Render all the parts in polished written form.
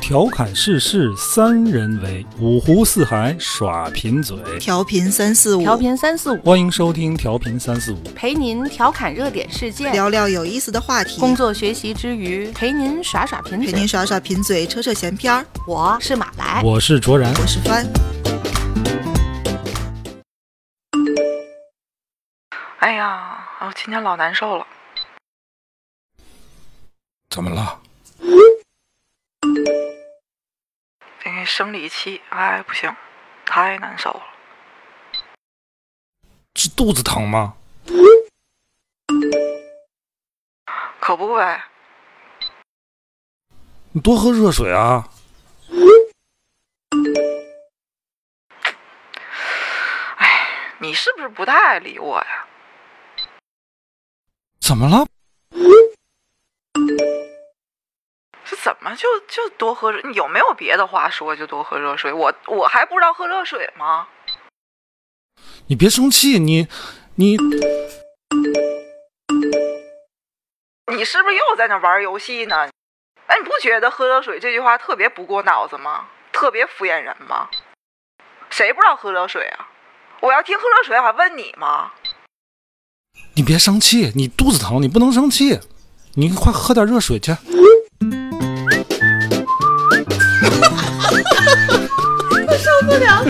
调侃世事三人为，五湖四海耍贫嘴。 调频345， 调频345， 欢迎收听调频345， 陪您调侃热点事件， 聊聊有意思的话题， 工作学习之余陪您耍耍贫嘴， 陪您耍耍贫嘴，扯扯闲篇儿。 我是马来， 我是卓然， 我是帆。 哎呀，我今天老难受了。 怎么了？ 因为生理期，哎，不行，太难受了。 是肚子疼吗？ 可不呗。 你多喝热水啊。 哎，你是不是不太爱理我呀？ 怎么了？ 是怎么就多喝热？你有没有别的话说就多喝热水？我还不知道喝热水吗？ 你别生气，你是不是又在那玩游戏呢？哎，你不觉得喝热水这句话特别不过脑子吗？特别敷衍人吗？谁不知道喝热水啊？我要听喝热水还问你吗？ 你别生气，你肚子疼，你不能生气，你快喝点热水去。 我受不了。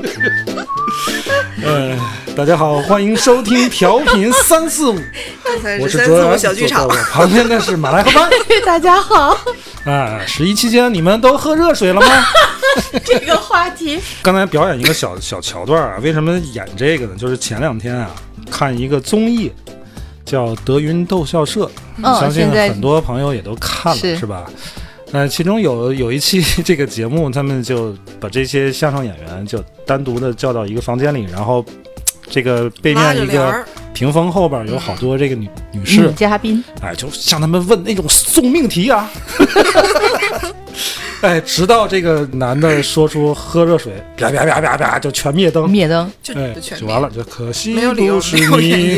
大家好，欢迎收听调频345，我是卓然， 小剧场， 旁边的是马来和帆。 大家好。 11期间你们都喝热水了吗？ 这个话题， 刚才表演一个小桥段啊，为什么演这个呢？就是前2天啊，看一个综艺叫《德云逗笑社》，相信很多朋友也都看了，是吧？其中有一期这个节目，他们就把这些相声演员就单独的叫到一个房间里，然后这个背面一个屏风后边有好多这个女士嘉宾， 就向他们问那种送命题啊，直到这个男的说出喝热水，啪啪啪啪啪就全灭灯， 就完了，就可惜没有理由， 不是你。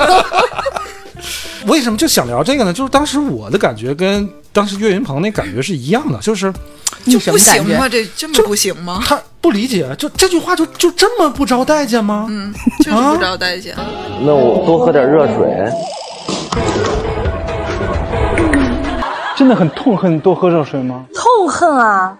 为什么就想聊这个呢？就是当时我的感觉跟当时岳云鹏那感觉是一样的，就不行吗？这么不行吗？ 他不理解，就这句话就这么不招待见吗？ 就是不招待见。 那我多喝点热水。 真的很痛恨多喝热水吗？ 痛恨啊！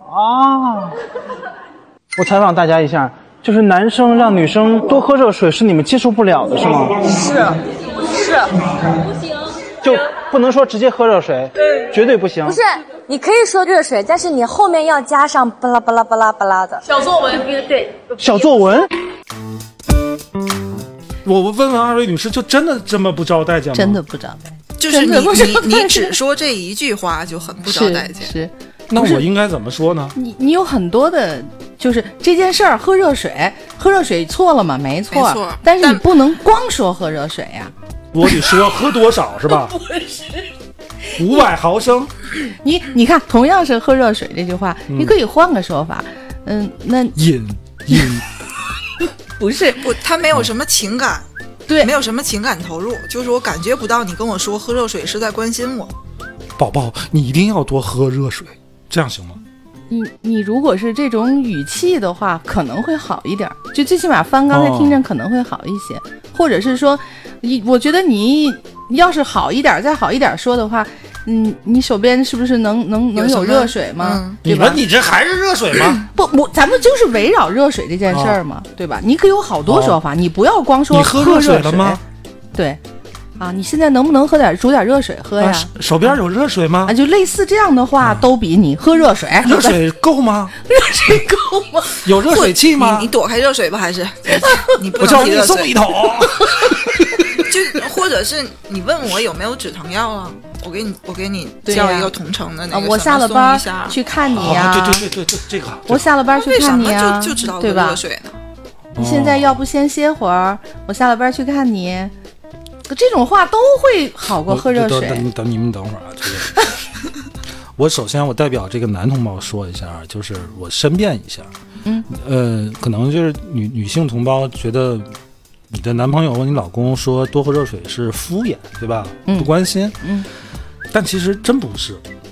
我采访大家一下，就是男生让女生多喝热水是你们接受不了的是吗？ 是， 不行，就不能说直接喝热水，绝对不行。 不是，你可以说热水，但是你后面要加上巴拉巴拉巴拉巴拉的小作文，对， 小作文。 我问问二位女士，就真的这么不招待见吗？ 真的不招待， 就是你只说这一句话就很不招待见。 是。 那我应该怎么说呢？ 你有很多的，就是这件事儿，喝热水错了吗？没错，但是你不能光说喝热水呀。 我得说喝多少是吧？ 不是 ，500毫升。 你看，同样是喝热水这句话，你可以换个说法。那饮不，他没有什么情感， 对， 没有什么情感投入，就是我感觉不到你跟我说喝热水是在关心我。 宝宝，你一定要多喝热水，这样行吗？ 你如果是这种语气的话，可能会好一点，就最起码帆刚才听着可能会好一些，或者是说，我觉得你要是好一点，再好一点说的话，你手边是不是能有热水吗？对吧？ 你这还是热水吗？ 不，咱们就是围绕热水这件事儿嘛，对吧？你可以有好多说法，你不要光说你喝热水了吗？ 对。你现在能不能煮点热水喝呀？ 手边有热水吗？ 就类似这样的话，都比你喝热水。 热水够吗？ 热水够吗？ 有热水器吗？ 你躲开热水吧，还是你不我叫你送一桶。 就或者是你问我有没有止疼药啊？我给你叫一个同城的那个。 我下了班去看你呀。 对，这个。 我下了班去看你呀， 就知道对吧？ 热水呢。 你现在要不先歇会儿？我下了班去看你。这种话都会好过喝热水。 你们等会儿啊，我首先我代表这个男同胞说一下，就是我申辩一下。可能就是女性同胞觉得你的男朋友或你老公说多喝热水是敷衍，对吧？不关心。但其实真不是。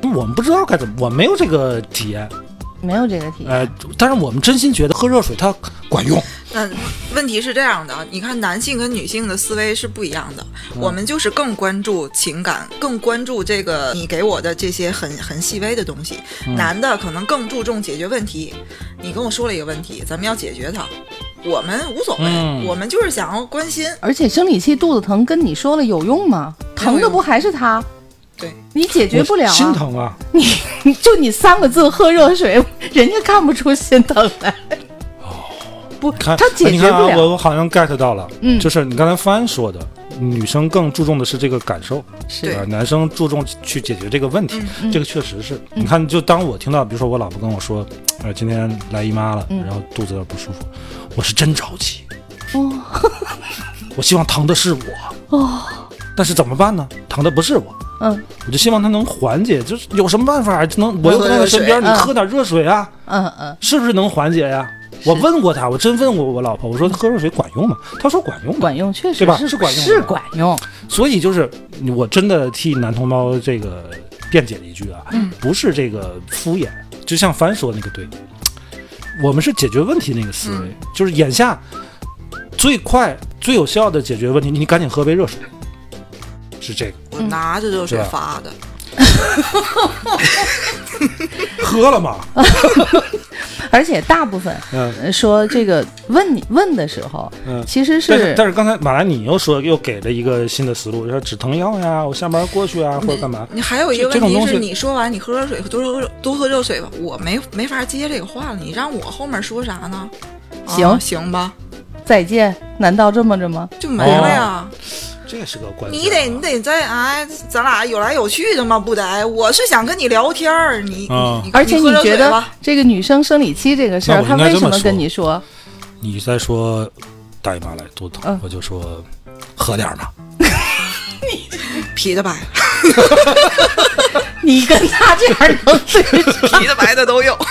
我们不知道该怎么，我没有这个体验。 没有这个体验， 但是我们真心觉得喝热水它管用。 那问题是这样的，你看男性跟女性的思维是不一样的，我们就是更关注情感，更关注这个你给我的这些很细微的东西，男的可能更注重解决问题。你跟我说了一个问题，咱们要解决它，我们无所谓，我们就是想要关心。 而且生理期肚子疼跟你说了有用吗？疼的不还是他？ 对， 你解决不了心疼啊！ 你3个字喝热水，人家看不出心疼来。不，他解决不了。 我好像 get 到了，就是你刚才帆说的，女生更注重的是这个感受， 是男生注重去解决这个问题，这个确实是。你看，就当我听到，比如说我老婆跟我说，今天来姨妈了，然后肚子有点不舒服，我是真着急。我希望疼的是我。但是怎么办呢？疼的不是我。我就希望他能缓解，就是有什么办法我又在他身边，你喝点热水啊，是不是能缓解呀？我问过他，我真问过我老婆，我说喝热水管用吗？他说管用， 管用，确实对吧？是管用， 是管用。 所以就是我真的替男同胞这个辩解一句啊，不是这个敷衍，就像帆说那个对，我们是解决问题那个思维，就是眼下最快最有效的解决问题，你赶紧喝杯热水。是这个， 我拿着热水发的， 喝了吗？ 而且大部分说这个问的时候，其实但是刚才马来你又给了一个新的思路，说止疼药呀，我下班过去啊，或者干嘛？ 你还有一个问题是，你说完你喝热水，多喝热水吧，我没法接这个话了，你让我后面说啥呢？行吧， 再见，难道这么着吗？ 就没了呀。 这是个关键， 你得在咱俩有来有去的嘛，不得？我是想跟你聊天儿， 而且你觉得这个女生生理期这个事儿，她为什么跟你说？ 你再说大姨妈来肚子疼，我就说喝点嘛， 啤的白， 你跟他这样能对啤的白的都有。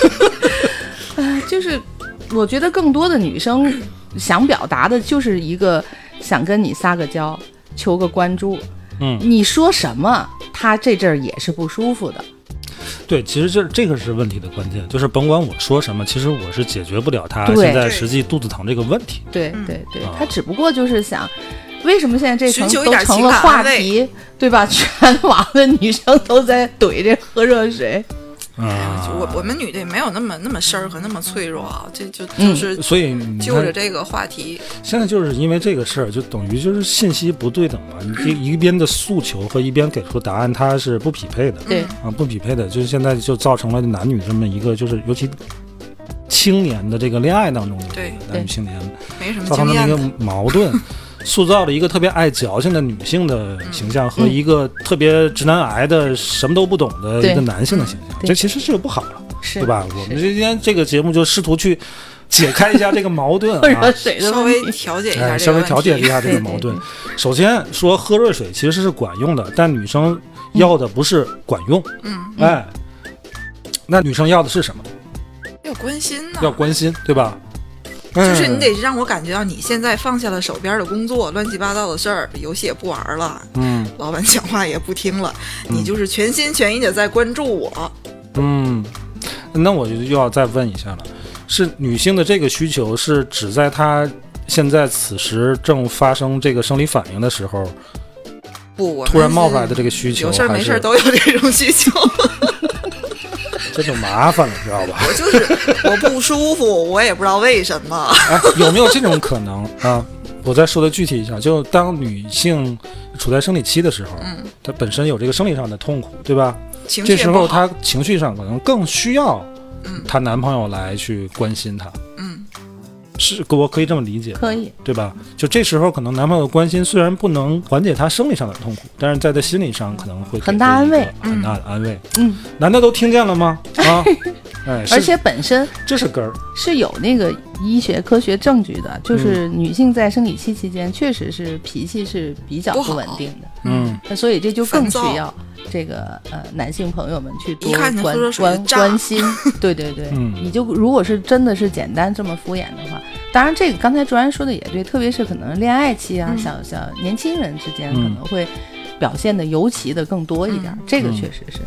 就是我觉得更多的女生想表达的就是一个。想跟你撒个娇，求个关注，你说什么，他这阵儿也是不舒服的。 对，其实这个是问题的关键，就是甭管我说什么，其实我是解决不了他现在实际肚子疼这个问题。 对，他只不过就是想，为什么现在这都成了话题，对吧？全网的女生都在怼这喝热水。 我们女的也没有那么事儿和那么脆弱啊，就是所以就着这个话题， 现在就是因为这个事儿，就等于就是信息不对等嘛，你一边的诉求和一边给出答案，它是不匹配的， 对不匹配的，就是现在就造成了男女这么一个，就是尤其青年的这个恋爱当中的男女青年没什么造成了一个矛盾。塑造了一个特别爱矫情的女性的形象和一个特别直男癌的什么都不懂的一个男性的形象，这其实是不好了，对吧？我们今天这个节目就试图去解开一下这个矛盾啊， 稍微调节一下， 稍微调节一下这个矛盾。首先说喝热水其实是管用的，但女生要的不是管用，那女生要的是什么？ 要关心呢， 要关心，对吧？ 就是你得让我感觉到你现在放下了手边的工作，乱七八糟的事儿，游戏也不玩了，老板讲话也不听了，你就是全心全意的在关注我。 那我就又要再问一下了，是女性的这个需求是只在她现在此时正发生这个生理反应的时候， 不， 突然冒出来的这个需求， 有事没事都有这种需求。 这就麻烦了，知道吧？ 我不舒服，我也不知道为什么。 有没有这种可能啊？我再说的具体一下，就当女性处在生理期的时候，她本身有这个生理上的痛苦，对吧？这时候她情绪上可能更需要她男朋友来去关心她。是，我可以这么理解， 可以， 对吧？就这时候可能男朋友的关心虽然不能缓解她生理上的痛苦，但是在她心理上可能会很大安慰， 很大的安慰。男的都听见了吗？ 而且本身这是根儿， 是有那个医学科学证据的，就是女性在生理期期间确实是脾气是比较不稳定的，所以这就更需要这个男性朋友们去多关心。对，你就如果是真的是简单这么敷衍的话，当然这个刚才卓然说的也对，特别是可能恋爱期啊，小年轻人之间可能会表现的尤其的更多一点，这个确实是。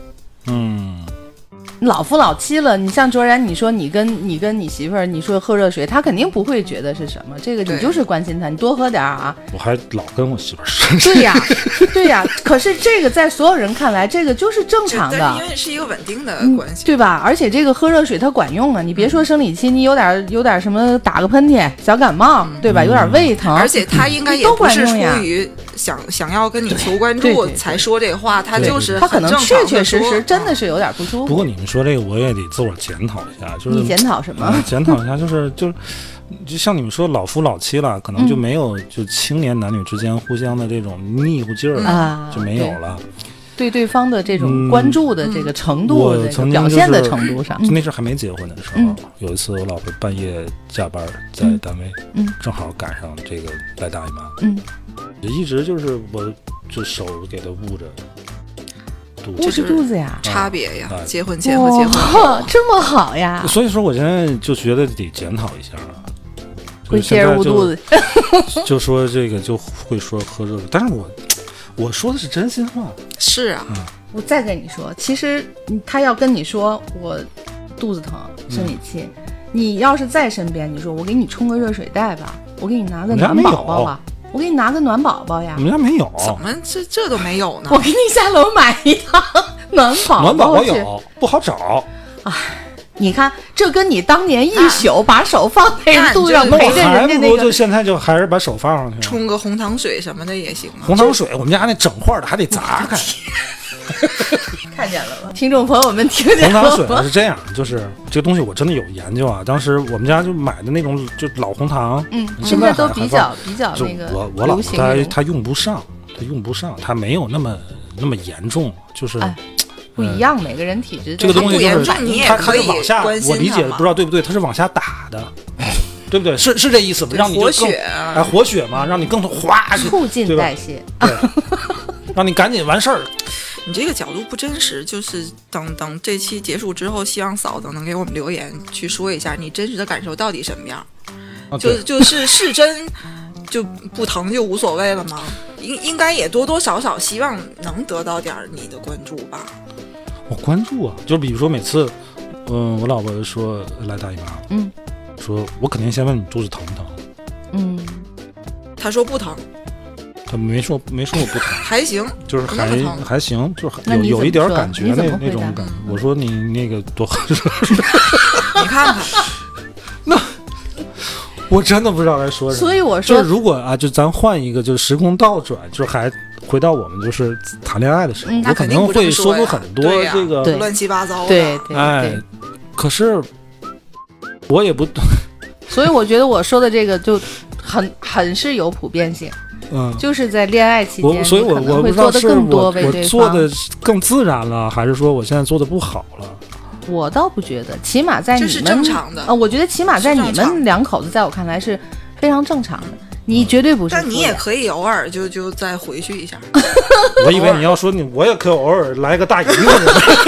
老夫老妻了，你像卓然，你说你跟你媳妇儿，你说喝热水，她肯定不会觉得是什么，这个你就是关心她，你多喝点啊。 我还老跟我媳妇儿说。 对呀，可是这个在所有人看来，这个就是正常的， 因为是一个稳定的关系， 对吧？而且这个喝热水它管用啊，你别说生理期，你有点什么打个喷嚏、小感冒，对吧？有点胃疼， 而且他应该也不是出于想要跟你求关注才说这个话，他就是他可能确确实实真的是有点不舒服。 不过你们说这个，我也得自我检讨一下，就是你检讨什么？ 检讨一下，就像你们说老夫老妻了，可能就没有就青年男女之间互相的这种腻乎劲儿就没有了。 对对方的这种关注的这个程度， 我曾经表现的程度上， 那时候还没结婚的时候，有一次我老婆半夜加班在单位，正好赶上这个来大姨妈，一直就是我就手给她捂着。 捂着肚子呀， 差别呀，结婚前和结婚后这么好呀。 所以说我现在就觉得得检讨一下会接着捂肚子， 就说这个就会说喝热水，但是我说的是真心话。 是啊， 我再跟你说，其实他要跟你说我肚子疼生理期，你要是在身边，你说我给你冲个热水袋吧，我给你拿个暖宝宝吧，我给你拿个暖宝宝呀。 我们家没有， 怎么这都没有呢？ 我给你下楼买一趟暖宝宝。 暖宝宝有，不好找。 哎，你看，这跟你当年一宿把手放在人肚子上陪着人家那个， 就现在就还是把手放上去， 冲个红糖水什么的也行啊。 红糖水，我们家那整块的还得砸开。 看见了吗？听众朋友们听见了吗？ 红糖水是这样，就是这个东西我真的有研究啊。当时我们家就买的那种就老红糖， 现在都比较那个我老婆她用不上，她没有那么严重，就是。 不一样，每个人体质这个东西就是它是往下，我理解不知道对不对，它是往下打的，对不对？是这意思吗？让你活血活血嘛，让你更哗促进代谢， 对，让你赶紧完事儿。 你这个角度不真实，就是等这期结束之后，希望嫂子能给我们留言去说一下你真实的感受到底什么样，就是真就不疼就无所谓了吗？应该也多多少少希望能得到点你的关注吧。 我关注啊，就比如说每次，我老婆说来大姨妈，说我肯定先问你肚子疼不疼， 她说不疼， 她没说我不疼， 还行， 就是还行，就是有一点感觉那种感觉。我说你那个多喝热水， 你看看， 那我真的不知道该说什么。 所以我说， 就是如果啊，就咱换一个，就是时空倒转，就是还回到我们就是谈恋爱的时候，我肯定会说出很多这个乱七八糟的。 对， 哎，可是我也不， 所以我觉得我说的这个就很是有普遍性。就是在恋爱期间， 所以我会做的更多为对方， 我做的更自然了，还是说我现在做的不好了？ 我倒不觉得，起码在你们这是正常的我觉得起码在你们两口子，在我看来是非常正常的。你绝对不是， 但你也可以偶尔就再回去一下。 我以为你要说我也可以偶尔来个大姨子。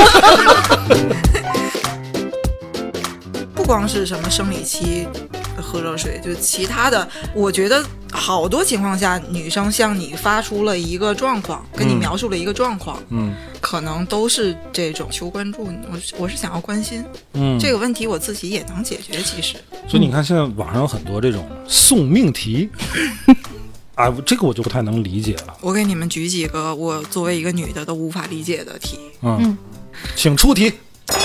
不光是什么生理期喝热水，就其他的，我觉得好多情况下，女生向你发出了一个状况，跟你描述了一个状况，可能都是这种求关注。我是想要关心，这个问题我自己也能解决。其实， 所以你看，现在网上有很多这种送命题，啊，这个我就不太能理解了。 我给你们举几个我作为一个女的都无法理解的题。 请出题。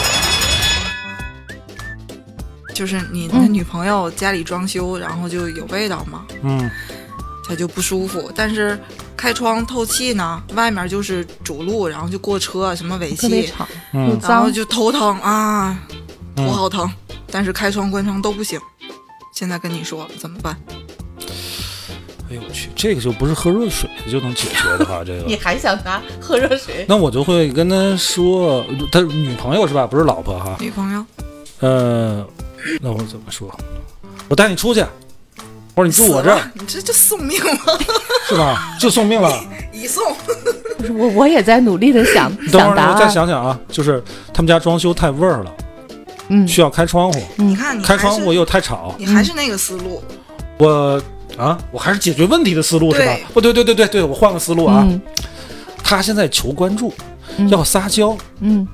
就是你的女朋友家里装修，然后就有味道嘛，她就不舒服。但是开窗透气呢，外面就是主路，然后就过车什么尾气，然后就头疼啊，头好疼。但是开窗关窗都不行。现在跟你说怎么办？ 哎呦我去，这个就不是喝热水就能解决的话，这个你还想拿喝热水？ 那我就会跟他说，他女朋友是吧？不是老婆哈。 女朋友。 那我怎么说？我带你出去，或者你住我这儿。 你这送命了， 是吧？就送命了， 一送。 不是我也在努力的想等会儿我再想想啊，就是他们家装修太味儿了，需要开窗户。 你看你开窗户又太吵， 你还是那个思路。 我还是解决问题的思路是吧？对，我换个思路啊。他现在求关注，要撒娇，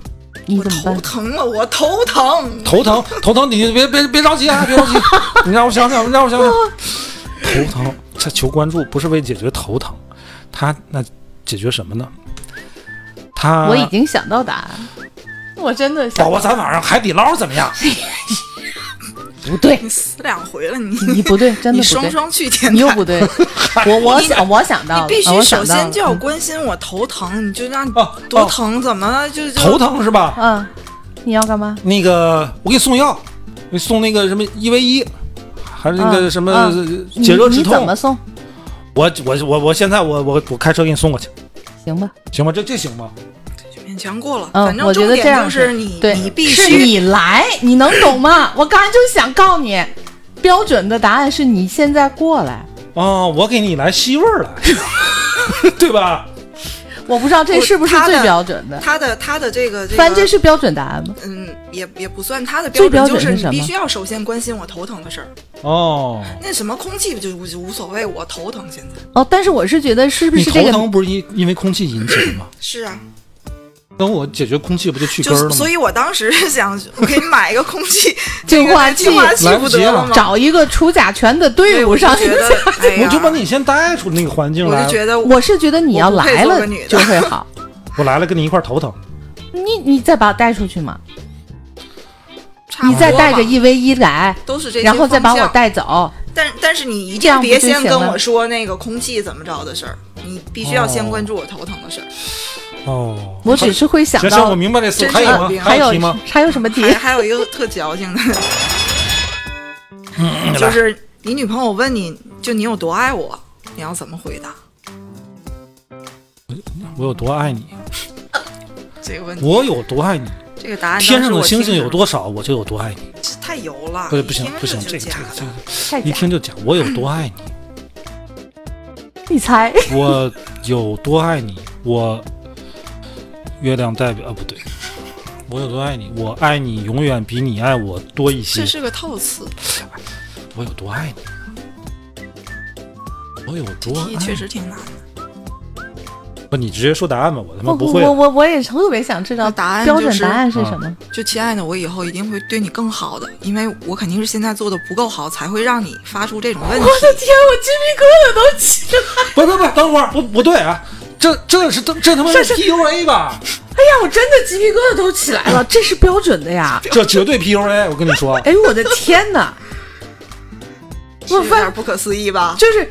你怎么办？ 头疼了，我头疼， 头疼，你别着急啊，别着急，你让我想想，头疼，他求关注不是为解决头疼，他那解决什么呢？ 我已经想到答案，我真的想。 宝宝，咱晚上海底捞怎么样？ 不对， 你死2回了， 你不对，真的不对， 你双双去天台， 你又不对。我想到了， 你必须首先就要关心我头疼，你就让多疼，怎么了？就头疼是吧？ 嗯，你要干嘛？ 那个，我给你送药，我给你送那个什么1V1，还是那个什么解热止痛。 你怎么送？ 我现在我开车给你送过去， 行吧？ 这行吗？ 勉强过了， 反正重点就是你必须是你来，你能懂吗？我刚才就想告诉你，标准的答案是你现在过来。 哦，我给你来吸味儿来，对吧？ 我不知道这是不是最标准的。 他的这个， 反正这是标准答案吗？ 也不算他的标准， 就是你必须要首先关心我头疼的事儿。 哦， 那什么空气就无所谓，我头疼现在。 哦，但是我是觉得是不是这个你头疼不是因为空气引起的吗？ 是啊。 等我解决空气不就去根了吗？ 所以我当时想，我给你买一个空气净化器不得了吗？ 找一个除甲醛的队伍上去。 我就把你先带出那个环境来。 我是觉得你要来了就会好。 我来了跟你一块头疼。 你再把我带出去嘛？你再带着1V1来， 都是这些， 然后再把我带走。 但是你一定别先跟我说那个空气怎么着的事儿，你必须要先关注我头疼的事儿。 哦， 我只是会想到。 行，我明白这思路。还有吗？ 还有题吗？ 还有什么题？ 还有一个特矫情的，就是你女朋友问你就你有多爱我，你要怎么回答？ 我有多爱你？ 这个问题， 我有多爱你？ 这个答案， 天上的星星有多少，我就有多爱你。 太油了， 不行，这个，一听就讲我有多爱你。 你猜？ 我有多爱你？我。月亮代表不对，我有多爱你？我爱你永远比你爱我多一些。 这是个套词。 我有多爱你？我有多爱你？ 确实挺难的。 不，你直接说答案吧，我他妈不会。 我也特别想知道答案标准答案是什么。 就亲爱的，我以后一定会对你更好的，因为我肯定是现在做的不够好，才会让你发出这种问题。 我的天，我鸡皮疙瘩都起来了。不，等会儿，不对啊。这他妈是 PUA 吧？ 哎呀，我真的鸡皮疙瘩都起来了，这是标准的呀！ 这绝对 PUA， 我跟你说。 哎，我的天哪！ 有点不可思议吧？ 就是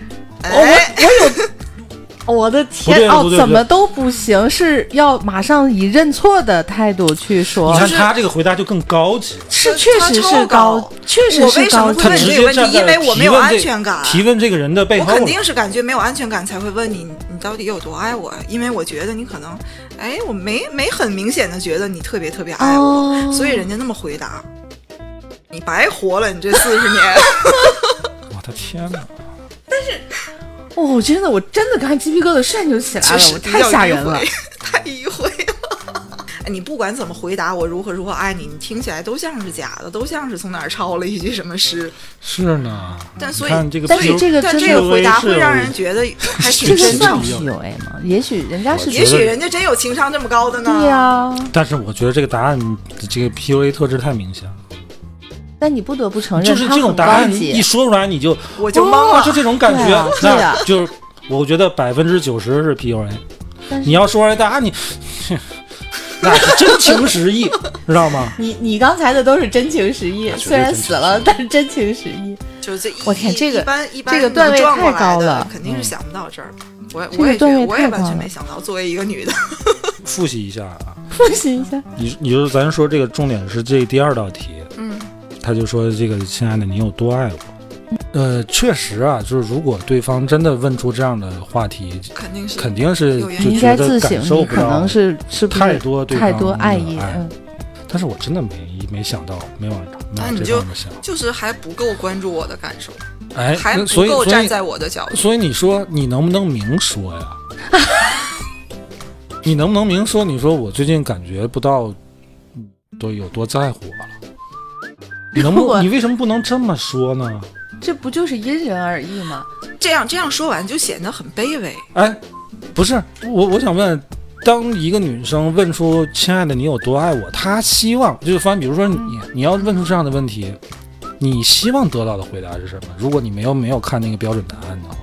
我的天怎么都不行，是要马上以认错的态度去说。 你看他这个回答就更高级， 是确实是高，确实是高。 他直接站在因为我没有安全感， 提问这个人的背后， 我肯定是感觉没有安全感才会问你，你到底有多爱我？因为我觉得你可能，我没很明显的觉得你特别特别爱我，所以人家那么回答，你白活了，你这40年。 我的天哪！ 但是。 我真的刚才鸡皮疙瘩瞬就起来了，我太吓人了， 太迂回了。你不管怎么回答我如何爱你，你听起来都像是假的，都像是从哪儿抄了一句什么诗。 是呢， 但所以但是这个回答会让人觉得还挺真诚。 PUA 吗？也许人家真有情商这么高的呢。 对呀。 但是我觉得这个答案这个 PUA 特质太明显了。 但你不得不承认， 就是这种答案一说出来， 我就懵了， 就这种感觉。 那就是我觉得90%是 PUA。你要说出来答案，你那是真情实意，知道吗？ 你刚才的都是真情实意，虽然死了，但是真情实意。 就这， 我天，这个段位太高了， 肯定是想不到这儿。我也完全没想到，作为一个女的。 复习一下啊， 复习一下。 你说咱说这个重点是这第2道题。他就说：“这个亲爱的，你有多爱我？”确实啊，就是如果对方真的问出这样的话题，肯定是就觉得感受不到， 可能是太多爱意。 但是我真的没想到，没往这方面想， 就是还不够关注我的感受， 还不够站在我的角度。 所以你说你能不能明说呀？你能不能明说？你说我最近感觉不到都有多在乎我了。你为什么不能这么说呢？ 这不就是因人而异吗？ 这样说完就显得很卑微。 不是我想问， 当一个女生问出亲爱的你有多爱我，她希望就是比如说你要问出这样的问题，你希望得到的回答是什么？如果你没有看那个标准答案的话，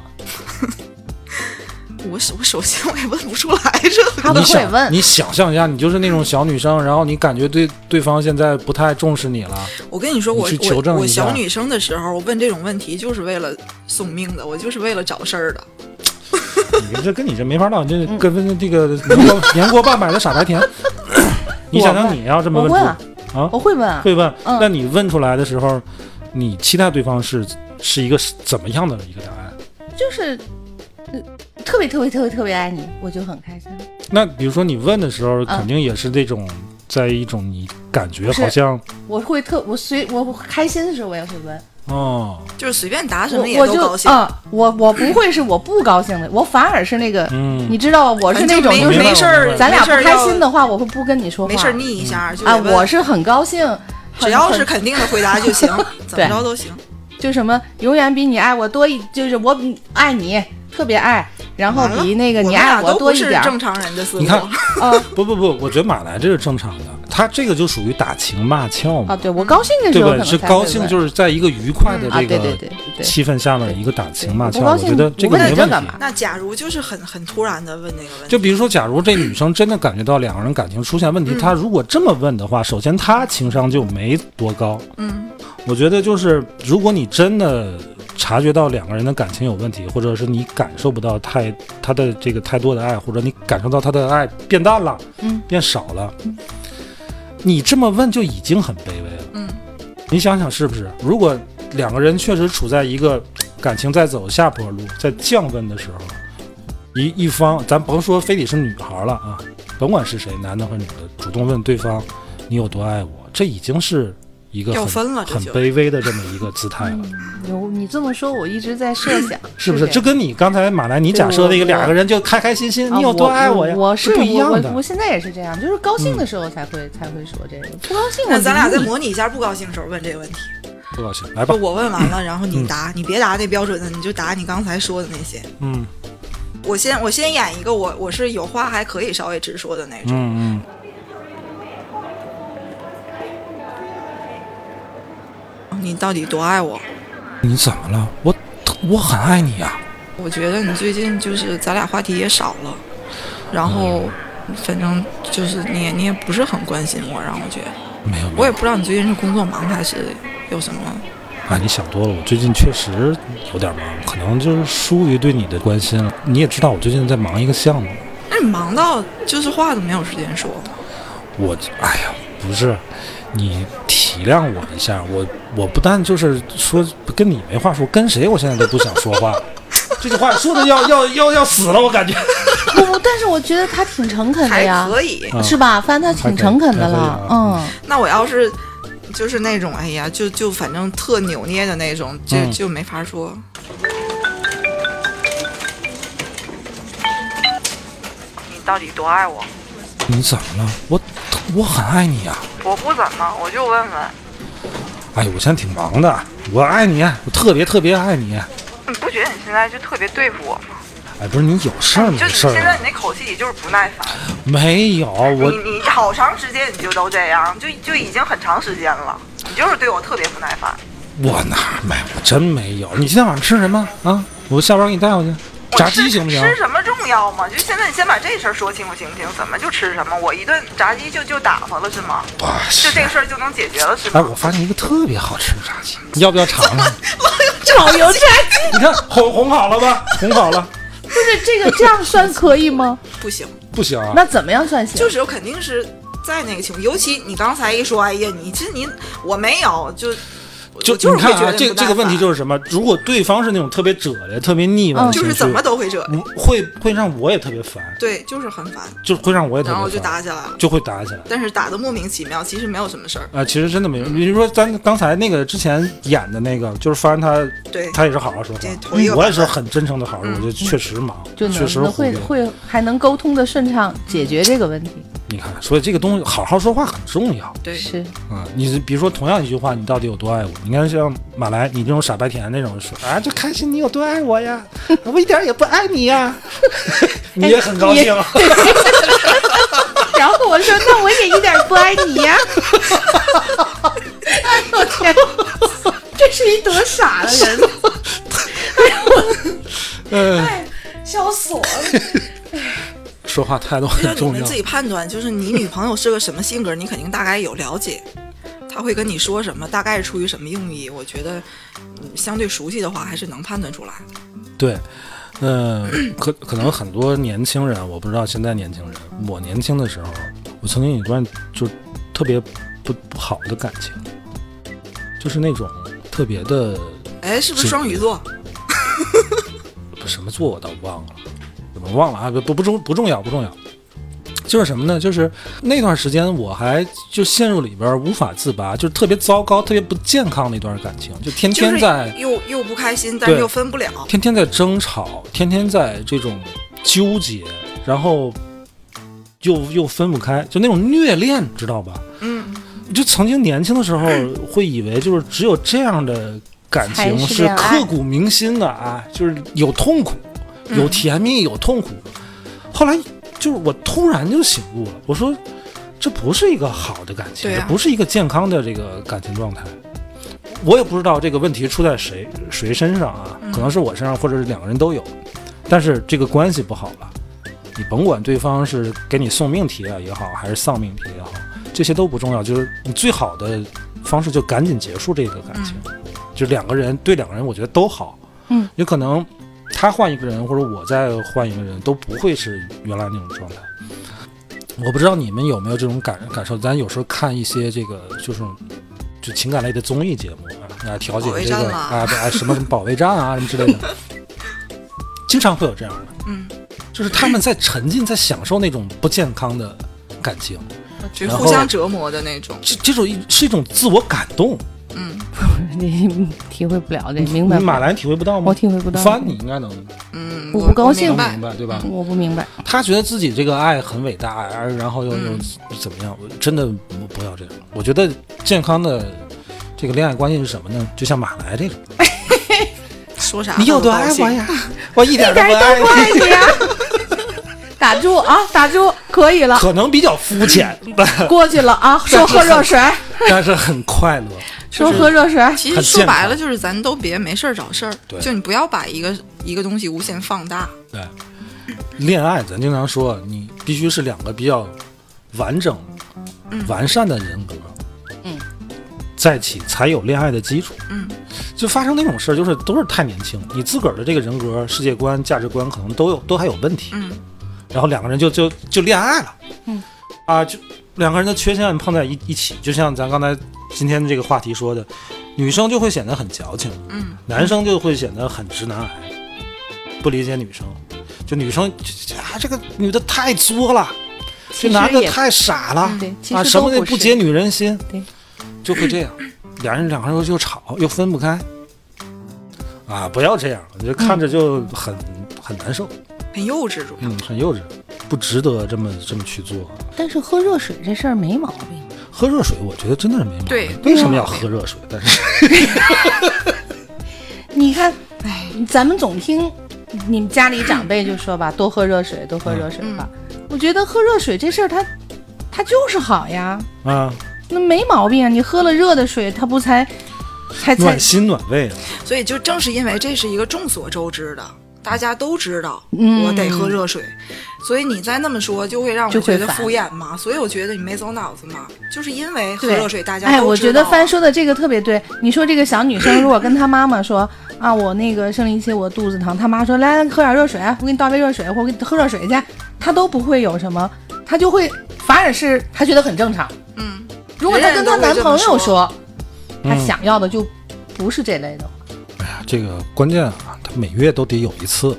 我首先我也问不出来这个。 他不会问。 你想象一下，你就是那种小女生，然后你感觉对方现在不太重视你了。 我跟你说， 我小女生的时候，我问这种问题就是为了送命的，我就是为了找事儿的。 这跟你这没法唠，这跟这个年过半百的傻白甜。你想想，你要这么问出啊， 我会问啊， 会问。那你问出来的时候，你期待对方是一个怎么样的一个答案？ 就是特别爱你，我就很开心。 那比如说你问的时候，肯定也是这种，在一种你感觉好像我开心的时候我也会问。 哦， 就是随便答什么也都高兴。 我不会是我不高兴的，我反而是那个，你知道我是那种就是没事儿， 咱俩不开心的话，我会不跟你说话， 没事腻一下就我是很高兴， 只要是肯定的回答就行，怎么着都行。 就什么永远比你爱我多就是我爱你特别爱，然后比那个你爱我多一点。 都不是正常人的思路。 你看不，我觉得马来这是正常的，他这个就属于打情骂俏嘛。 对，我高兴的时候可能是高兴，就是在一个愉快的这个气氛下面一个打情骂俏。我觉得这个没问题。 那假如就是很突然的问那个问题， 就比如说，假如这女生真的感觉到两个人感情出现问题，她如果这么问的话，首先她情商就没多高。我觉得就是如果你真的察觉到两个人的感情有问题，或者是你感受不到他的这个太多的爱，或者你感受到他的爱变淡了，变少了，你这么问就已经很卑微了。你想想是不是？如果两个人确实处在一个感情在走下坡路，在降温的时候，一方咱甭说非得是女孩了啊，甭管是谁，男的和女的，主动问对方你有多爱我，这已经是一个很卑微的这么一个姿态了。 你这么说，我一直在设想， 是不是？这跟你刚才马来你假设那个两个人就开开心心，你有多爱我呀？ 我是不一样的。 我现在也是这样，就是高兴的时候才会说这个，不高兴。 那咱俩再模拟一下不高兴的时候问这个问题。 不高兴，来吧。 我问完了，然后你答，你别答那标准的，你就答你刚才说的那些。我先演一个我是有话还可以稍微直说的那种。你到底多爱我？ 你怎么了？我很爱你呀。 我觉得你最近就是咱俩话题也少了，然后反正就是你也不是很关心我，让我觉得没有。 我也不知道你最近是工作忙还是有什么。 你想多了，我最近确实有点忙，可能就是疏于对你的关心了。你也知道我最近在忙一个项目。 那你忙到就是话都没有时间说。 不是。你体谅我一下，我不但就是说跟你没话说，跟谁我现在都不想说话。这句话说的要死了，我感觉。 不，但是我觉得他挺诚恳的呀， 还可以是吧？反正他挺诚恳的了。 那我要是就是那种就反正特扭捏的那种，就没法说。你到底多爱我？ 你怎么了？我很爱你呀。 我不怎么，我就问问。 我现在挺忙的，我爱你，我特别爱你。 你不觉得你现在就特别对付我吗？ 不是，你有事儿没事儿？ 现在你那口气里就是不耐烦。 没有， 你好长时间你就都这样，就已经很长时间了，你就是对我特别不耐烦。 我哪没有，我真没有。你今天晚上吃什么啊？我下班给你带回去。炸鸡行不行？ 吃什么重要吗？就现在你先把这事儿说清楚行不行？怎么就吃什么？我一顿炸鸡就打发了是吗？ 不是， 就这个事儿就能解决了是吗？ 我发现一个特别好吃的炸鸡，你要不要尝尝？ 炒油炸鸡， 你看红好了吧？红好了。 不是这样算可以吗？ 不行， 不行啊。 那怎么样算行？ 就是肯定是在那个情况，尤其你刚才一说，我没有就是你看啊，这个问题就是什么？如果对方是那种特别褶的、特别腻歪的情绪， 就是怎么都会这样， 会让我也特别烦。 对，就是很烦， 就会让我也特别烦， 然后就打起来了， 就会打起来。 但是打得莫名其妙，其实没有什么事儿其实真的没有。比如说咱刚才那个之前演的那个，就是发现他也是好好说话，我也是很真诚的好好说，我觉得确实忙，确实会还能沟通的顺畅，解决这个问题。 你看，所以这个东西好好说话很重要。 对， 是你比如说同样一句话，你到底有多爱我？你看像马来，你这种傻白甜那种说就开心，你有多爱我呀？我一点也不爱你呀，你也很高兴。 然后我说那我也一点不爱你呀。哎呦天，这是一多傻的人。哎，笑死我了。 说话态度很重要。 你们自己判断，就是你女朋友是个什么性格，你肯定大概有了解。她会跟你说什么，大概出于什么用意，我觉得相对熟悉的话还是能判断出来。 对，可能很多年轻人，我不知道现在年轻人，我年轻的时候，我曾经有一段就特别不好的感情，就是那种特别的， 哎，是不是双鱼座？ 什么座我倒忘了，怎么忘了啊？不重要。就是什么呢？就是那段时间我还就陷入里边无法自拔，就是特别糟糕、特别不健康的一段感情，就天天在、 就是、又不开心，但是又分不了， 天天在争吵，天天在这种纠结，然后又分不开，就那种虐恋，知道吧？就曾经年轻的时候会以为就是只有这样的感情是刻骨铭心的啊，就是有痛苦、有甜蜜、有痛苦。后来就是我突然就醒悟了，我说这不是一个好的感情，这不是一个健康的这个感情状态。我也不知道这个问题出在谁身上啊，可能是我身上，或者是两个人都有。但是这个关系不好了，你甭管对方是给你送命题啊也好，还是丧命题也好，这些都不重要，就是你最好的方式就赶紧结束这个感情。就两个人，我觉得都好。有可能他换一个人，或者我再换一个人，都不会是原来那种状态。我不知道你们有没有这种感受，咱有时候看一些这个就情感类的综艺节目啊，调解这个啊什么保卫战啊什么之类的，经常会有这样的，就是他们在沉浸在享受那种不健康的感情， 就互相折磨的那种， 这种是一种自我感动。 你体会不了这，明白？ 你马来体会不到吗？ 我体会不到。 翻你应该能， 我不高兴， 明白对吧？ 我不明白。 他觉得自己这个爱很伟大，然后又怎么样？真的不要这样。我觉得健康的这个恋爱关系是什么呢？就像马来这种。 说啥？ 你有多爱我呀？我一点都不爱你呀！打住啊！打住，可以了。 可能比较肤浅， 过去了啊！说喝热水， 但是很快乐。 说喝热水， 其实说白了就是咱都别没事找事儿，就你不要把一个东西无限放大。 对，恋爱咱经常说，你必须是两个比较完整、完善的人格，在一起才有恋爱的基础。就发生那种事儿，就是都是太年轻，你自个儿的这个人格、世界观、价值观可能都还有问题。然后两个人就恋爱了，就两个人的缺陷碰在一起，就像咱刚才今天这个话题说的，女生就会显得很矫情，男生就会显得很直男癌，不理解女生，就女生这个女的太作了，这男的太傻了，什么也不解女人心，就会这样，两个人就吵，又分不开，不要这样，我觉得看着就很难受。 很幼稚，主要很幼稚，不值得这么去做。 但是喝热水这事儿没毛病。 喝热水，我觉得真的是没毛病。 对， 为什么要喝热水？但是你看，咱们总听你们家里长辈就说吧，多喝热水，多喝热水吧。我觉得喝热水这事儿，它就是好呀。那没毛病啊！你喝了热的水，它不才暖心暖胃啊。 所以就正是因为这是一个众所周知的。大家都知道我得喝热水，所以你再那么说就会让我觉得敷衍嘛，所以我觉得你没走脑子嘛，就是因为喝热水大家都知道。 我觉得帆说的这个特别对。你说这个小女生如果跟她妈妈说我那个生理期我肚子疼，她妈说来喝点热水，我给你倒杯热水，或者给你喝热水去，她都不会有什么，她就会反而是她觉得很正常。如果她跟她男朋友说，她想要的就不是这类的。 哎呀，这个关键他每月都得有一次，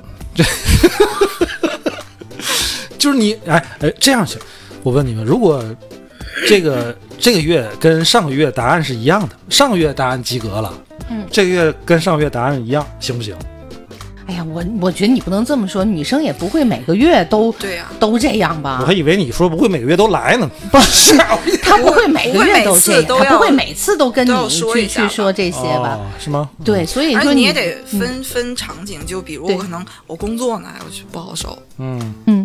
就是你这样行。我问你们，如果这个月跟上个月答案是一样的，上个月答案及格了，这个月跟上个月答案一样，行不行？ 哎呀，我觉得你不能这么说，女生也不会每个月都都这样吧？ 我还以为你说不会每个月都来呢。 不是，她不会每个月都这样，她不会每次都跟你去说这些吧？ 是吗？ 对，所以说你也得分场景，就比如我可能我工作呢，我就不好受。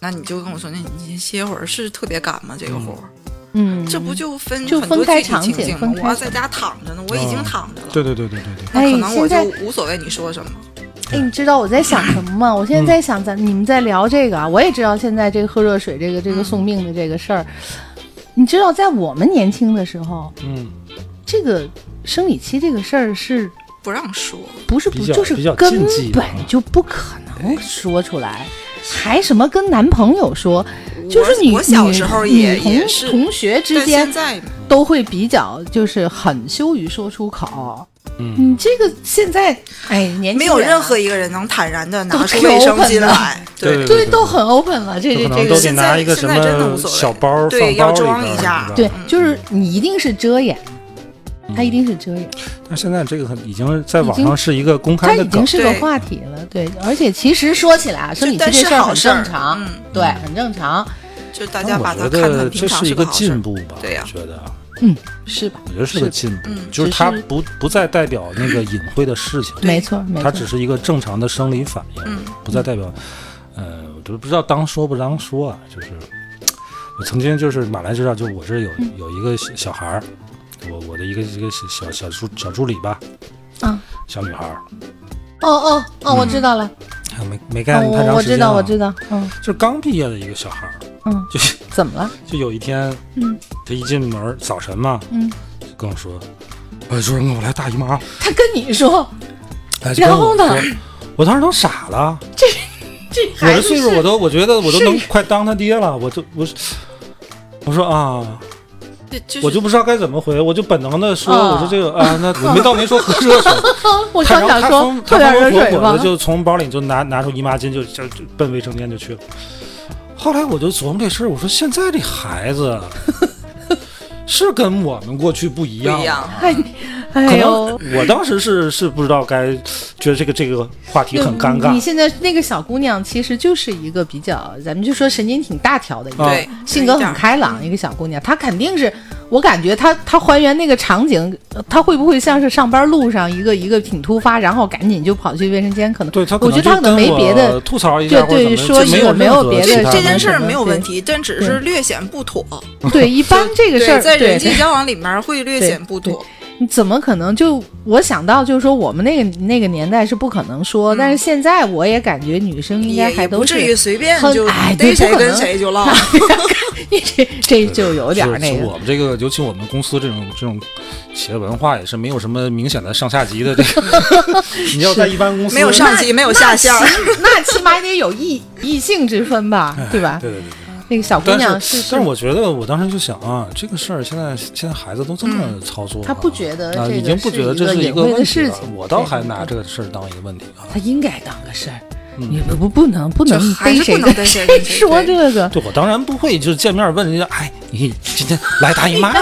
那你就跟我说，那你歇会儿是特别赶吗？这个活儿？ 这不就分就分开场景吗？我要在家躺着呢，我已经躺着了。 对， 那可能我就无所谓你说什么。 你知道我在想什么吗？我现在在想你们在聊这个啊，我也知道现在这个喝热水这个送命的这个事儿。你知道在我们年轻的时候，这个生理期这个事儿是不让说， 不是就是根本就不可能说出来，还什么跟男朋友说，就是我小时候也是同学之间都会比较就是很羞于说出口。你这个现在年轻人没有任何一个人能坦然的拿出卫生巾来， 对，都很 open 了。这个都得拿一个什么小包， 对，要装一下， 对，就是你一定是遮掩，他一定是遮掩。 但现在这个已经在网上是一个公开的梗， 它已经是个话题了，对。而且其实说起来啊，生理期这事儿很正常，对，很正常。 就大家把它看得很平常， 这是一个进步吧？ 对呀， 我觉得。 是吧？ 我觉得是个进步，就是它不再代表那个隐晦的事情， 没错， 它只是一个正常的生理反应，不再代表，我都不知道当说不当说啊。就是我曾经就是马来知道，就我这有一个小孩儿，我的一个小助理吧，小女孩儿。 我知道了， 没干太长时间了， 我知道， 就是刚毕业的一个小孩儿。就是怎么了？ 就有一天，他一进门早晨嘛，就跟我说：“主任，我来大姨妈。” 他跟你说， 然后呢？我当时都傻了。 这我的岁数，我觉得我都能快当他爹了。我说啊，我就不知道该怎么回，我就本能的说，我说这个啊，那我没说喝热水。 我刚想说喝点热水吧， 就从包里就拿出姨妈巾，就奔卫生间就去了。后来我就琢磨这事儿，我说现在这孩子是跟我们过去不一样，可能我当时是不知道该觉得这个话题很尴尬。 你现在那个小姑娘其实就是一个比较，咱们就说神经挺大条的一个，性格很开朗一个小姑娘，她肯定是。我感觉她还原那个场景，她会不会像是上班路上一个挺突发，然后赶紧就跑去卫生间？可能对她， 我觉得她可能没别的吐槽一下， 对，说没有别的。 这件事没有问题，但只是略显不妥。 对，一般这个事儿在人际交往里面会略显不妥。 你怎么可能就我想到就是说我们那个年代是不可能说，但是现在我也感觉女生应该还都是不至于随便就对谁跟谁就唠。 这就有点那个。 我们这个尤其我们公司这种企业文化也是没有什么明显的上下级的这个。你要在一般公司没有上级没有下线， 那起码得有异性之分吧，对吧？ 对。 那个小姑娘但是我觉得我当时就想啊，这个事儿现在孩子都这么操作， 他不觉得这已经不觉得这是一个问题了。我倒还拿这个事儿当一个问题啊。 他应该当个事儿，你不能逮谁说这个。 对，我当然不会，就是见面问人家，你今天来大姨妈？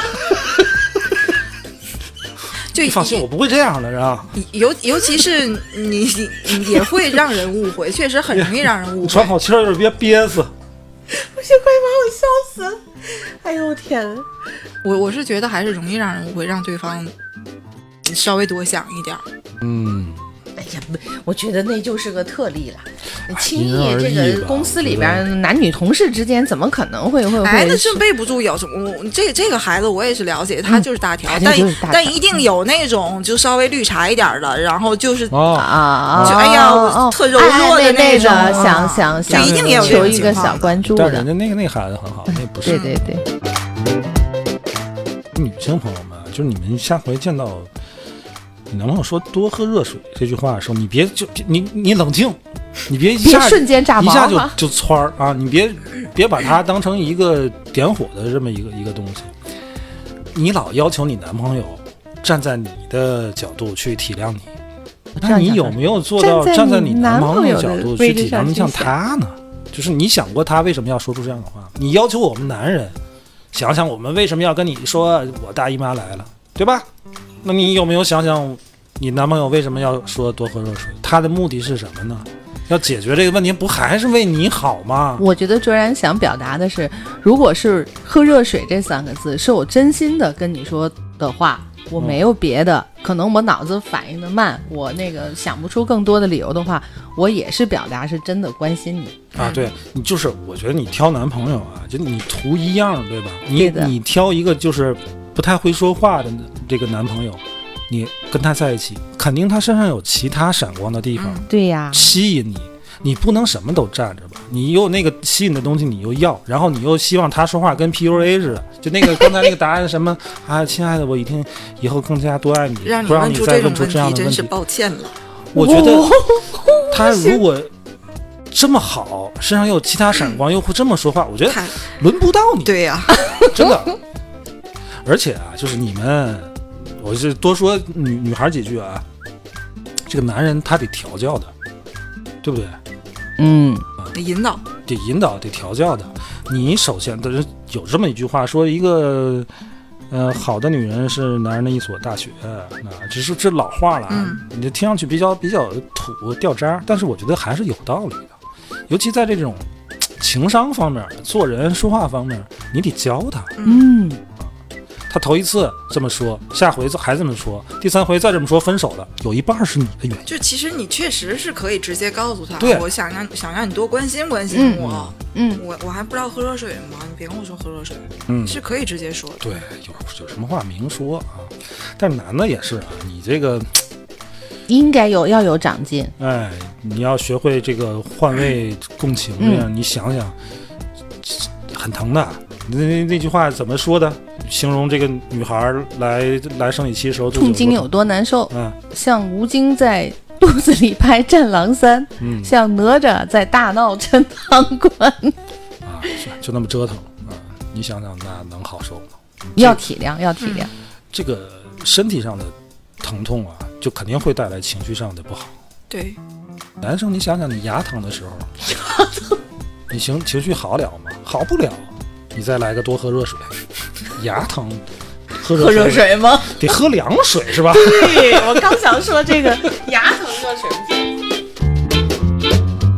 就放心，我不会这样的，是吧？ 尤其是你也会让人误会，确实很容易让人误会。 喘口气儿就是别憋死。 不行，快把我笑死了！哎呦天！ 我是觉得还是容易让人误会，让对方稍微多想一点。 哎呀，我觉得那就是个特例了。轻易这个公司里边男女同事之间怎么可能会？ 那是背不住有什么？这个孩子我也是了解，他就是大条，但一定有那种就稍微绿茶一点的，然后就是就哎呀，我特柔弱的那种， 想就一定也有求一个小关注的。 但人家那孩子很好，那不是。 对。 女性朋友们，就是你们下回见到你男朋友说多喝热水这句话的时候，你别你冷静，你别瞬间炸毛， 一下就窜儿啊！你别把它当成一个点火的这么一个东西。你老要求你男朋友站在你的角度去体谅你，那你有没有做到站在你男朋友的角度去体谅像他呢？就是你想过他为什么要说出这样的话？你要求我们男人想想我们为什么要跟你说我大姨妈来了，对吧？那你有没有想想你男朋友为什么要说多喝热水？他的目的是什么呢？要解决这个问题不还是为你好吗？ 我觉得卓然想表达的是，如果是喝热水这3个字是我真心的跟你说的话， 我没有别的，可能我脑子反应的慢，我那个想不出更多的理由的话，我也是表达是真的关心你啊。对，你就是我觉得你挑男朋友啊，就你图一样，对吧？你挑一个就是不太会说话的这个男朋友，你跟他在一起，肯定他身上有其他闪光的地方， 对呀， 吸引你。你不能什么都站着吧，你有那个吸引的东西你又要，然后你又希望他说话跟 PUA 似的，就那个刚才那个答案什么啊，亲爱的，我一定以后更加多爱你， 让你不让你再问出这样的问题， 真是抱歉了。 我觉得他如果这么好，身上又有其他闪光，又会这么说话，我觉得轮不到你。 对呀， 真的。而且啊，就是你们，我是多说女孩几句啊，这个男人他得调教的，对不对？ 得引导， 得调教的。你首先有这么一句话说，一个好的女人是男人的一所大学，只是这老话了，你听上去比较土掉渣，但是我觉得还是有道理的。尤其在这种情商方面、做人说话方面，你得教他。他头一次这么说，下回还这么说，第3回再这么说，分手了，有一半是你的原因。 就其实你确实是可以直接告诉他， 对， 我想让你多关心关心我。我还不知道喝热水吗？你别跟我说喝热水。是可以直接说的。 对，有什么话明说啊。但是男的也是啊，你这个应该要有长进。 哎，你要学会这个换位共情，你想想，很疼的。那句话怎么说的？形容这个女孩来生理期的时候痛经有多难受，像吴京在肚子里拍《战狼3》，像哪吒在大闹陈塘关啊，就那么折腾啊！你想想，那能好受吗？ 要体谅。 这个身体上的疼痛啊，就肯定会带来情绪上的不好。 对， 男生你想想，你牙疼的时候，你情绪好了吗？好不了。你再来个多喝热水，牙疼，喝热水吗？ 得喝凉水是吧？ 对，我刚想说这个牙疼热水不行。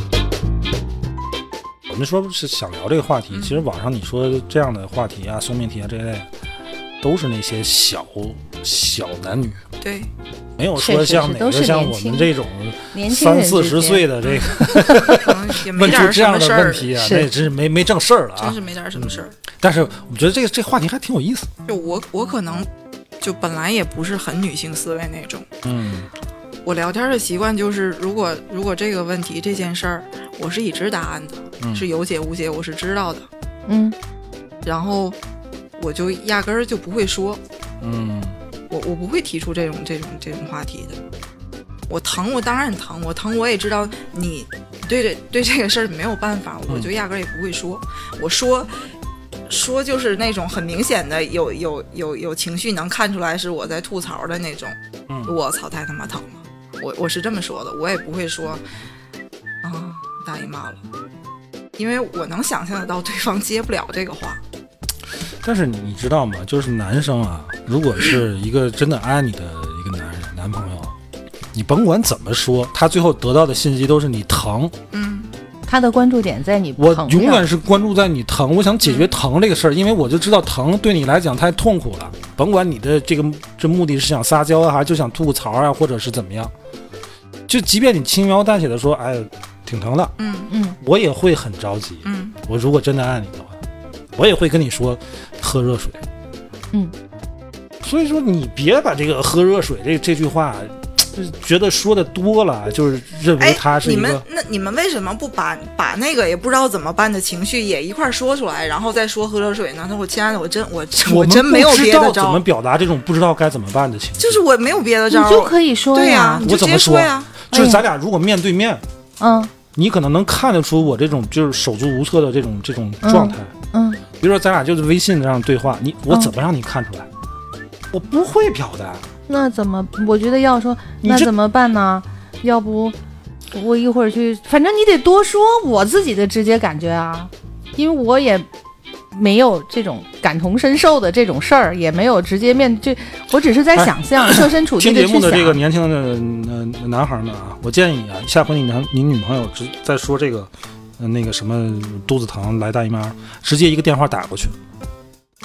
我们说是想聊这个话题，其实网上你说这样的话题啊，送命题啊这类，都是那些小男女。 对。 没有说像哪个像我们这种30-40岁的这个问出这样的问题啊，那真是没正事儿了啊， 真是没点什么事儿。 但是我觉得这话题还挺有意思。 就我可能就本来也不是很女性思维那种，我聊天的习惯就是，如果这个问题这件事儿，我是已知答案的，是有解无解，我是知道的，然后我就压根儿就不会说，我不会提出这种话题的。我疼，我当然疼，我也知道你对这个事儿没有办法，我就压根儿也不会说。我说就是那种很明显的有情绪，能看出来是我在吐槽的那种。我操，太他妈疼了！我是这么说的，我也不会说啊大姨妈了，因为我能想象得到对方接不了这个话。 但是你知道吗？就是男生啊，如果是一个真的爱你的一个男朋友，你甭管怎么说，他最后得到的信息都是你疼。 他的关注点在你疼上，我永远是关注在你疼。我想解决疼这个事儿，因为我就知道疼对你来讲太痛苦了。甭管你的这目的是想撒娇啊，还是就想吐槽啊，或者是怎么样，就即便你轻描淡写的说，哎，挺疼的，我也会很着急。我如果真的爱你的话。我也会跟你说喝热水，所以说你别把这个喝热水这句话觉得说的多了，就是认为他是一个。 你们为什么不把那个也不知道怎么办的情绪也一块说出来，然后再说喝热水呢？他说：“我亲爱的，我真没有别的招。” 我们不知道怎么表达这种不知道该怎么办的情绪， 就是我没有别的招， 你就可以说呀， 我怎么说呀？ 就是咱俩如果面对面，你可能能看得出我这种就是手足无措的这种状态。比如说咱俩就是微信这样对话，我怎么让你看出来？我不会表达。 那怎么？我觉得要说那怎么办呢？要不我一会儿去，反正你得多说我自己的直接感觉啊，因为我也没有这种感同身受的这种事儿，也没有直接面对，我只是在想象，设身处地的去想。 听节目的这个年轻的男孩们啊，我建议啊，下回你女朋友再说这个那个什么肚子疼来大姨妈，直接一个电话打过去，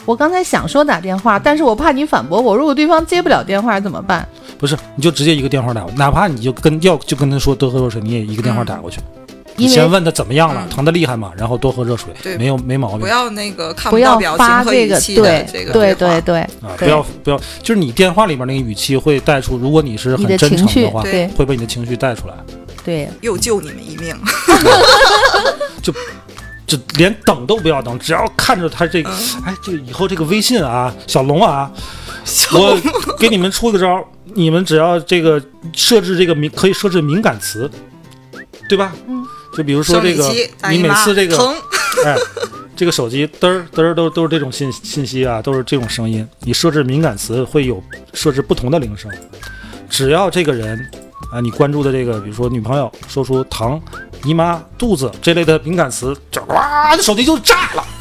我刚才想说打电话，但是我怕你反驳我，如果对方接不了电话怎么办？ 不是，你就直接一个电话打过去，哪怕你就跟他说多喝热水，你也一个电话打过去。你先问他怎么样了，疼的厉害吗？然后多喝热水，没毛病。 不要那个看不到表情和语气的这个对啊，不要，就是你电话里面那个语气会带出，如果你是很真诚的话，会被你的情绪带出来。 对， 又救你们一命。 就连等都不要等，只要看着他这个，就以后这个微信啊，小龙啊，我给你们出个招，你们只要这个设置这个可以设置敏感词，对吧？就比如说这个，你每次这个，这个手机嘚儿都是这种信息啊，都是这种声音，你设置敏感词会有设置不同的铃声，只要这个人啊，你关注的这个，比如说女朋友说出疼、姨妈、肚子这类的敏感词，哇，这手机就炸了，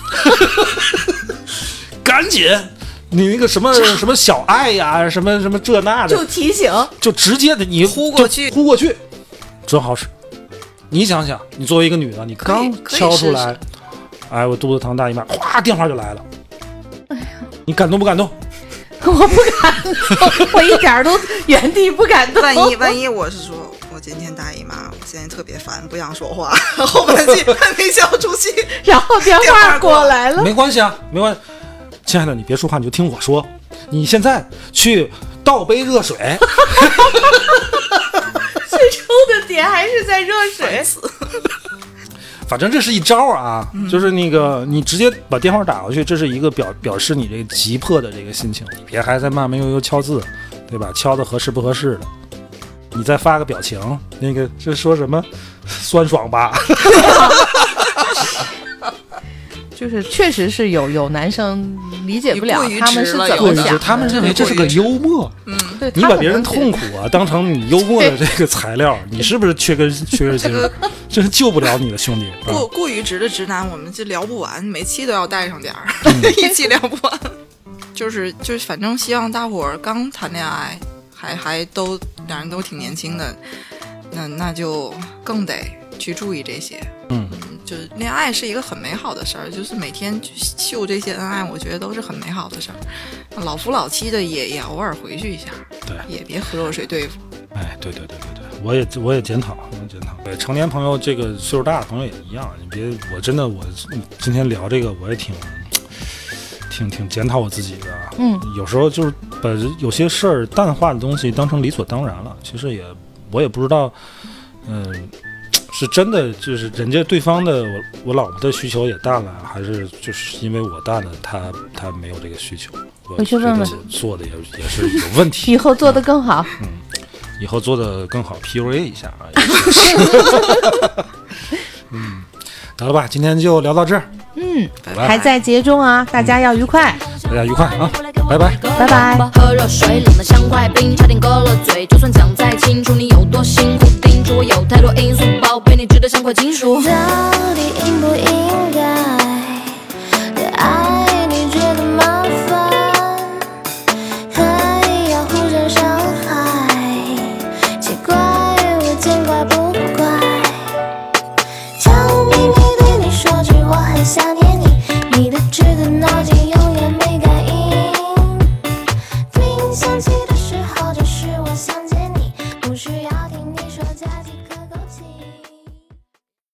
赶紧，你那个什么小爱呀，什么这那的， 就提醒， 就直接的你呼过去，真好使。你想想，你作为一个女的，你刚敲出来，哎，我肚子疼大姨妈，哗，电话就来了。哎呀，你感动不感动？ 我不敢动，我一点都原地不敢动。 万一我是说，我今天大姨妈，我现在特别烦，不想说话，后半句还没笑出去， 然后电话过来了。 没关系啊，没关系。亲爱的，你别说话，你就听我说。你现在去倒杯热水。 最抽的点还是在热水。 反正这是一招啊，就是那个你直接把电话打过去，这是一个表示你这个急迫的这个心情，你别还在慢慢悠悠敲字，对吧？敲的合适不合适的，你再发个表情，那个这说什么酸爽吧。 就是确实是有男生理解不了他们是怎么想的， 他们认为这是个幽默。 对， 你把别人痛苦啊当成你幽默的这个材料，你是不是缺根筋？真是救不了你的兄弟。 过于直的直男，我们就聊不完，每期都要带上点儿，一期聊不完。就是反正希望大伙儿刚谈恋爱，还都两人都挺年轻的，那就更得去注意这些。就是恋爱是一个很美好的事儿，就是每天秀这些恩爱，我觉得都是很美好的事儿。老夫老妻的也偶尔回去一下， 对， 也别喝热水对付。 哎，对，我也检讨，对，成年朋友这个岁数大的朋友也一样，你别，我今天聊这个，我也挺检讨我自己的。有时候就是把有些事儿淡化的东西当成理所当然了，其实我也不知道，是真的就是人家对方的我老婆的需求也淡了，还是就是因为我淡了，他没有这个需求。 回去问问， 做的也是有问题。 以后做得更好。 以后做得更好 ，PUA 一下啊。得了吧，今天就聊到这儿。 还在节中啊，大家要愉快。 大家愉快啊，拜拜， 拜拜。 喝热水冷得像块冰，差点割了嘴。就算讲再清楚，你有多辛苦，盯住我有太多因素，宝贝你值得像块金属。到底应不应